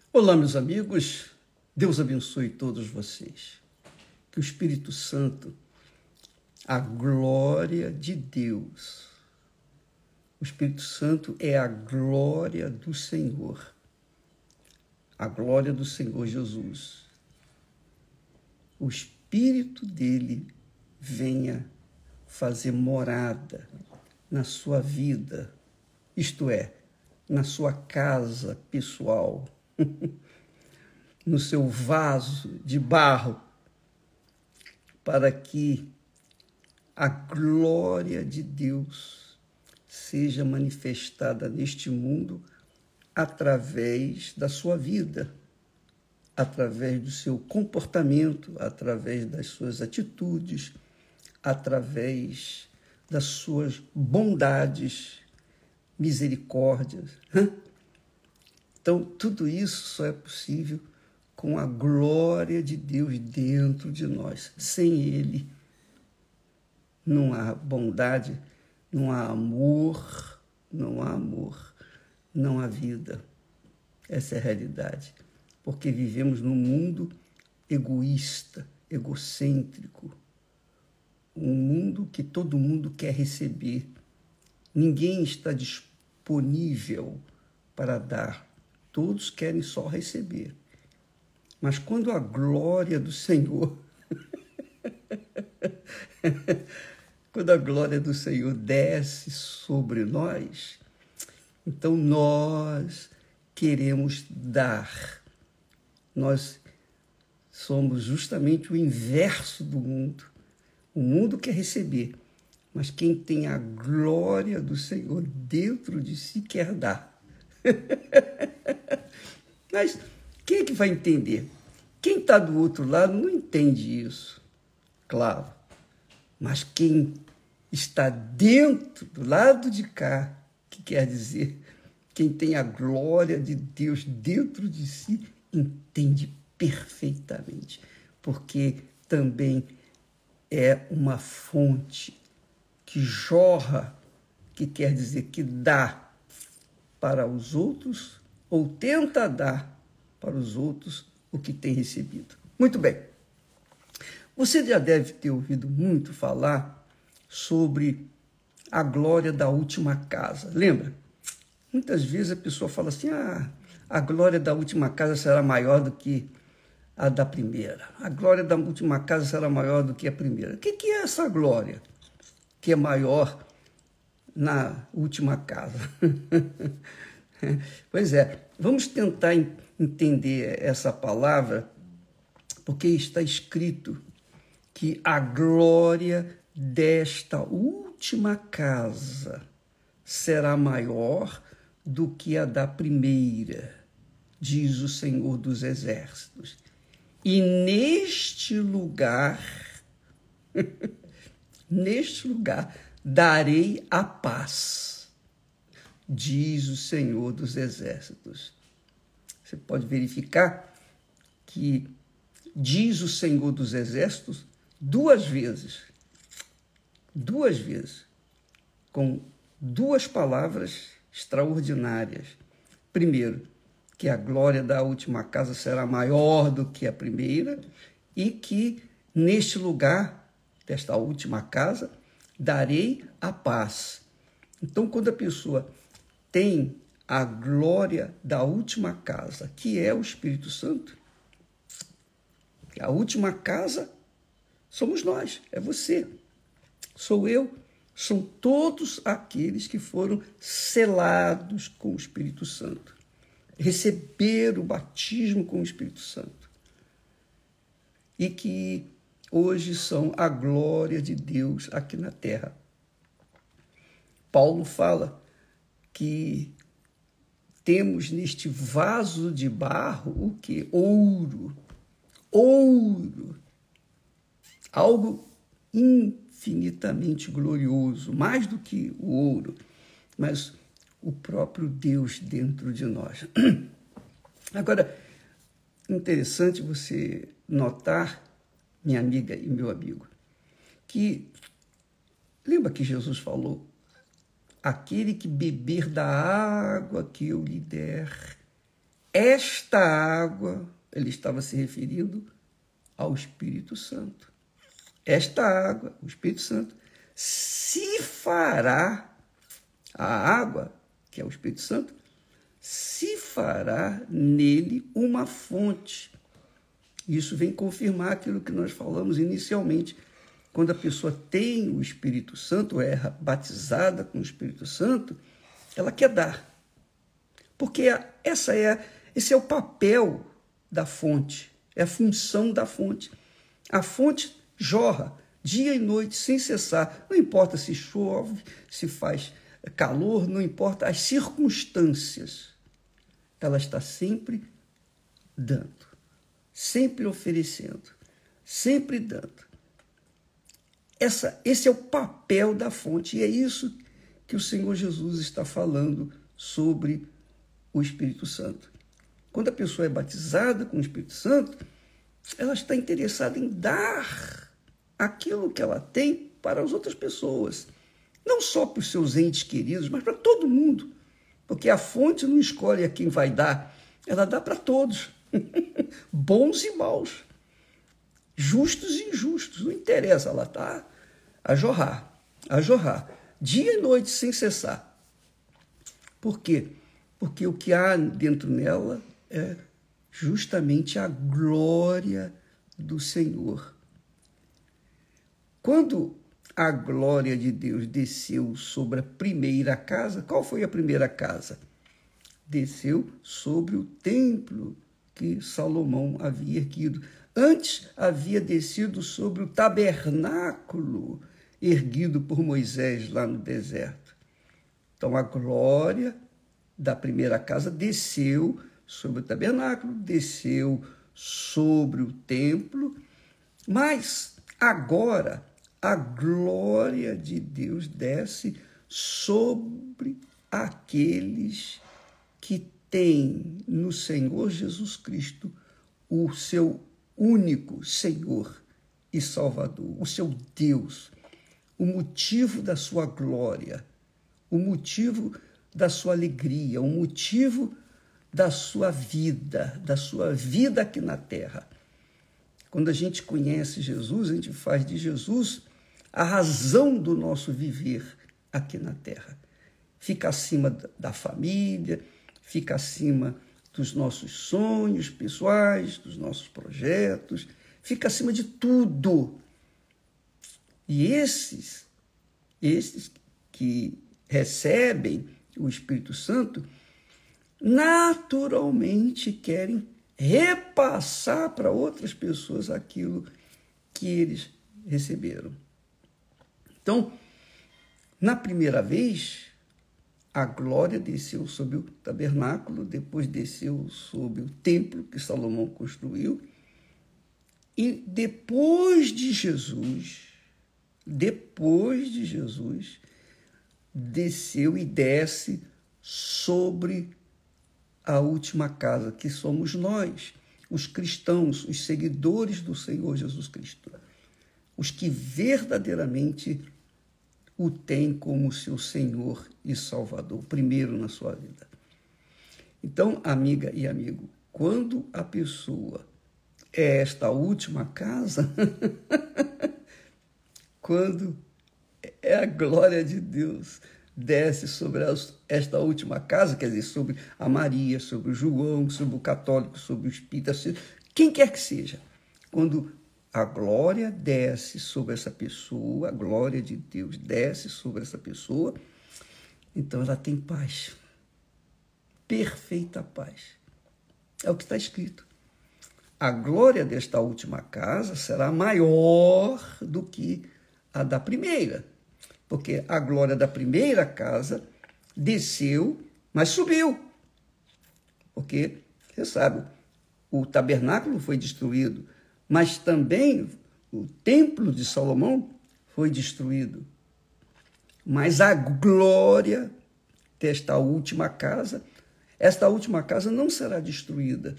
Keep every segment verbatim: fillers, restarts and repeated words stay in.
Olá, meus amigos, Deus abençoe todos vocês. Que o Espírito Santo, a glória de Deus, o Espírito Santo é a glória do Senhor, a glória do Senhor Jesus. O Espírito dele venha fazer morada na sua vida, isto é, na sua casa pessoal, no seu vaso de barro, para que a glória de Deus seja manifestada neste mundo através da sua vida, através do seu comportamento, através das suas atitudes, através das suas bondades, misericórdias. Então, tudo isso só é possível com a glória de Deus dentro de nós. Sem Ele, não há bondade, não há amor, não há amor, não há vida. Essa é a realidade. Porque vivemos num mundo egoísta, egocêntrico, um mundo que todo mundo quer receber. Ninguém está disponível para dar. Todos querem só receber. Mas quando a glória do Senhor, quando a glória do Senhor desce sobre nós, então nós queremos dar. Nós somos justamente o inverso do mundo. O mundo quer receber, mas quem tem a glória do Senhor dentro de si quer dar. Mas quem é que vai entender? Quem está do outro lado não entende isso, claro. Mas quem está dentro, do lado de cá, que quer dizer, quem tem a glória de Deus dentro de si, entende perfeitamente, porque também é uma fonte que jorra, que quer dizer que dá para os outros, ou tenta dar para os outros o que tem recebido. Muito bem. Você já deve ter ouvido muito falar sobre a glória da última casa. Lembra? Muitas vezes a pessoa fala assim, ah, a glória da última casa será maior do que a da primeira. A glória da última casa será maior do que a primeira. O que é essa glória que é maior na última casa? Pois é, vamos tentar entender essa palavra, porque está escrito que a glória desta última casa será maior do que a da primeira, diz o Senhor dos Exércitos. E neste lugar, neste lugar, darei a paz, diz o Senhor dos Exércitos. Você pode verificar que diz o Senhor dos Exércitos duas vezes, duas vezes, com duas palavras extraordinárias. Primeiro, que a glória da última casa será maior do que a primeira e que neste lugar, desta última casa, darei a paz. Então, quando a pessoa tem a glória da última casa, que é o Espírito Santo, a última casa somos nós, é você, sou eu, são todos aqueles que foram selados com o Espírito Santo, receberam o batismo com o Espírito Santo e que hoje são a glória de Deus aqui na terra. Paulo fala que temos neste vaso de barro o que? Ouro. Ouro. Algo infinitamente glorioso, mais do que o ouro, mas o próprio Deus dentro de nós. Agora, interessante você notar, minha amiga e meu amigo, que lembra que Jesus falou, aquele que beber da água que eu lhe der esta água, ele estava se referindo ao Espírito Santo. Esta água, o Espírito Santo, se fará, a água, que é o Espírito Santo, se fará nele uma fonte. Isso vem confirmar aquilo que nós falamos inicialmente. Quando a pessoa tem o Espírito Santo, é batizada com o Espírito Santo, ela quer dar. Porque essa é, esse é o papel da fonte, é a função da fonte. A fonte jorra dia e noite, sem cessar. Não importa se chove, se faz calor, não importa as circunstâncias. Ela está sempre dando, sempre oferecendo, sempre dando. Essa, esse é o papel da fonte, e é isso que o Senhor Jesus está falando sobre o Espírito Santo. Quando a pessoa é batizada com o Espírito Santo, ela está interessada em dar aquilo que ela tem para as outras pessoas. Não só para os seus entes queridos, mas para todo mundo. Porque a fonte não escolhe a quem vai dar, ela dá para todos. Bons e maus. Justos e injustos, não interessa, ela está a jorrar, a jorrar, dia e noite sem cessar. Por quê? Porque o que há dentro nela é justamente a glória do Senhor. Quando a glória de Deus desceu sobre a primeira casa, qual foi a primeira casa? Desceu sobre o templo que Salomão havia erguido. Antes havia descido sobre o tabernáculo erguido por Moisés lá no deserto. Então a glória da primeira casa desceu sobre o tabernáculo, desceu sobre o templo, mas agora a glória de Deus desce sobre aqueles que têm no Senhor Jesus Cristo o seu único Senhor e Salvador, o seu Deus, o motivo da sua glória, o motivo da sua alegria, o motivo da sua vida, da sua vida aqui na terra. Quando a gente conhece Jesus, a gente faz de Jesus a razão do nosso viver aqui na terra. Fica acima da família, fica acima dos nossos sonhos pessoais, dos nossos projetos, fica acima de tudo. E esses, esses que recebem o Espírito Santo, naturalmente querem repassar para outras pessoas aquilo que eles receberam. Então, na primeira vez, a glória desceu sobre o tabernáculo, depois desceu sobre o templo que Salomão construiu, e depois de Jesus, depois de Jesus, desceu e desce sobre a última casa, que somos nós, os cristãos, os seguidores do Senhor Jesus Cristo, os que verdadeiramente o têm como seu Senhor e Salvador, primeiro na sua vida. Então, amiga e amigo, quando a pessoa é esta última casa, quando é a glória de Deus desce sobre esta última casa, quer dizer, sobre a Maria, sobre o João, sobre o católico, sobre o espírita, quem quer que seja, quando a glória desce sobre essa pessoa, a glória de Deus desce sobre essa pessoa, então ela tem paz, perfeita paz. É o que está escrito. A glória desta última casa será maior do que a da primeira, porque a glória da primeira casa desceu, mas subiu. Porque, você sabe, o tabernáculo foi destruído, mas também o templo de Salomão foi destruído. Mas a glória desta última casa, esta última casa não será destruída.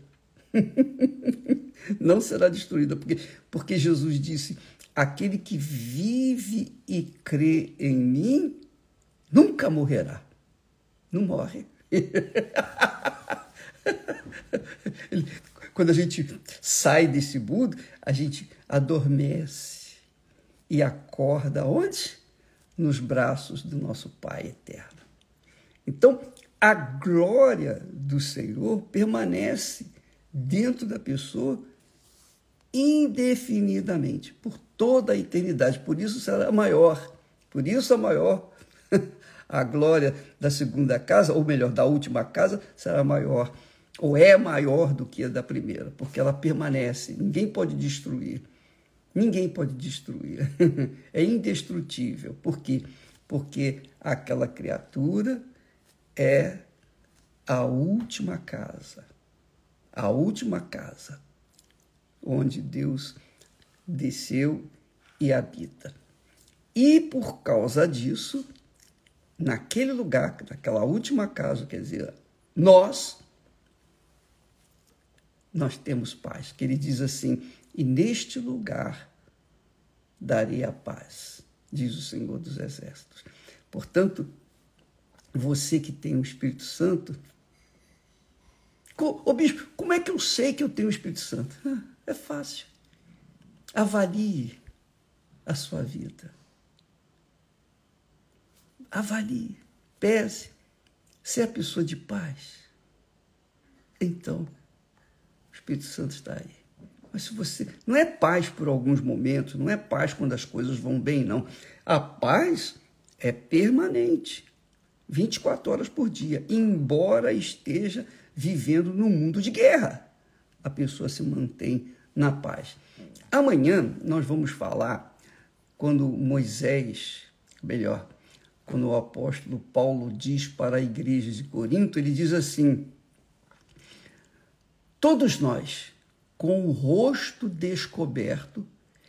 Não será destruída, porque, porque Jesus disse: aquele que vive e crê em mim nunca morrerá. Não morre. Quando a gente sai desse mundo, a gente adormece e acorda onde? Nos braços do nosso Pai eterno. Então, a glória do Senhor permanece dentro da pessoa indefinidamente, por toda a eternidade. Por isso será maior. Por isso a maior. A glória da segunda casa, ou melhor, da última casa, será maior, ou é maior do que a da primeira, porque ela permanece. Ninguém pode destruir. Ninguém pode destruir. É indestrutível. Por quê? Porque aquela criatura é a última casa. A última casa onde Deus desceu e habita. E por causa disso, naquele lugar, naquela última casa, quer dizer, nós, nós temos paz. Que ele diz assim, e neste lugar darei a paz, diz o Senhor dos Exércitos. Portanto, você que tem o Espírito Santo, ô bispo, como é que eu sei que eu tenho o Espírito Santo? É fácil. Avalie a sua vida. Avalie, pese. Se é a pessoa de paz, então o Espírito Santo está aí. Mas se você... Não é paz por alguns momentos, não é paz quando as coisas vão bem, não. A paz é permanente, vinte e quatro horas por dia, embora esteja vivendo num mundo de guerra. A pessoa se mantém na paz. Amanhã nós vamos falar quando Moisés, melhor, quando o apóstolo Paulo diz para a igreja de Corinto, ele diz assim, todos nós, com o rosto descoberto,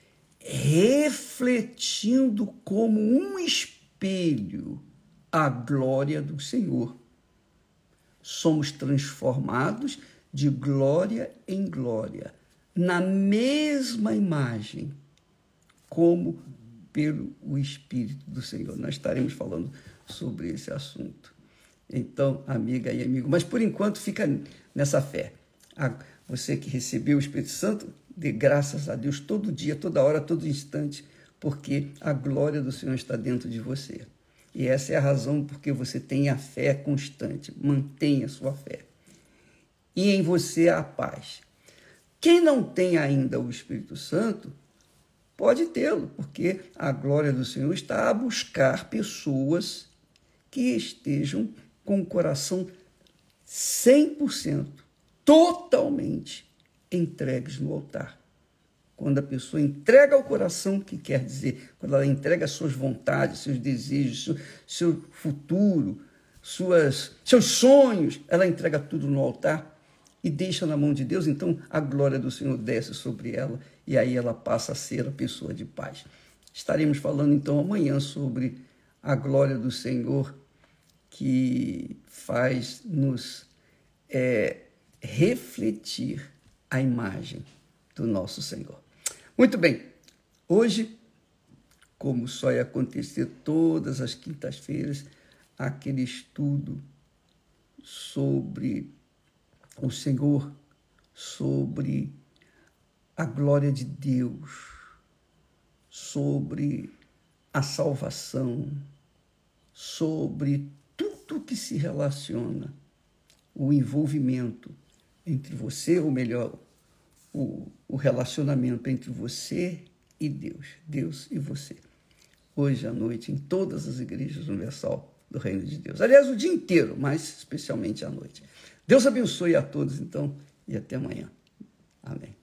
refletindo como um espelho a glória do Senhor, somos transformados de glória em glória, na mesma imagem, como pelo o Espírito do Senhor. Nós estaremos falando sobre esse assunto. Então, amiga e amigo, mas por enquanto fica nessa fé. Você que recebeu o Espírito Santo, dê graças a Deus todo dia, toda hora, todo instante, porque a glória do Senhor está dentro de você. E essa é a razão porque você tem a fé constante. Mantenha a sua fé. E em você a paz. Quem não tem ainda o Espírito Santo, pode tê-lo, porque a glória do Senhor está a buscar pessoas que estejam com o coração cem por cento, totalmente entregues no altar. Quando a pessoa entrega o coração, que quer dizer, quando ela entrega suas vontades, seus desejos, seu, seu futuro, suas, seus sonhos, ela entrega tudo no altar e deixa na mão de Deus, então a glória do Senhor desce sobre ela e aí ela passa a ser a pessoa de paz. Estaremos falando então amanhã sobre a glória do Senhor que faz nos é, refletir a imagem do nosso Senhor. Muito bem, hoje, como só ia acontecer todas as quintas-feiras, aquele estudo sobre o Senhor, sobre a glória de Deus, sobre a salvação, sobre tudo que se relaciona, o envolvimento entre você, ou melhor, o, o relacionamento entre você e Deus, Deus e você. Hoje à noite, em todas as igrejas universal do Reino de Deus. Aliás, o dia inteiro, mas especialmente à noite. Deus abençoe a todos, então, e até amanhã. Amém.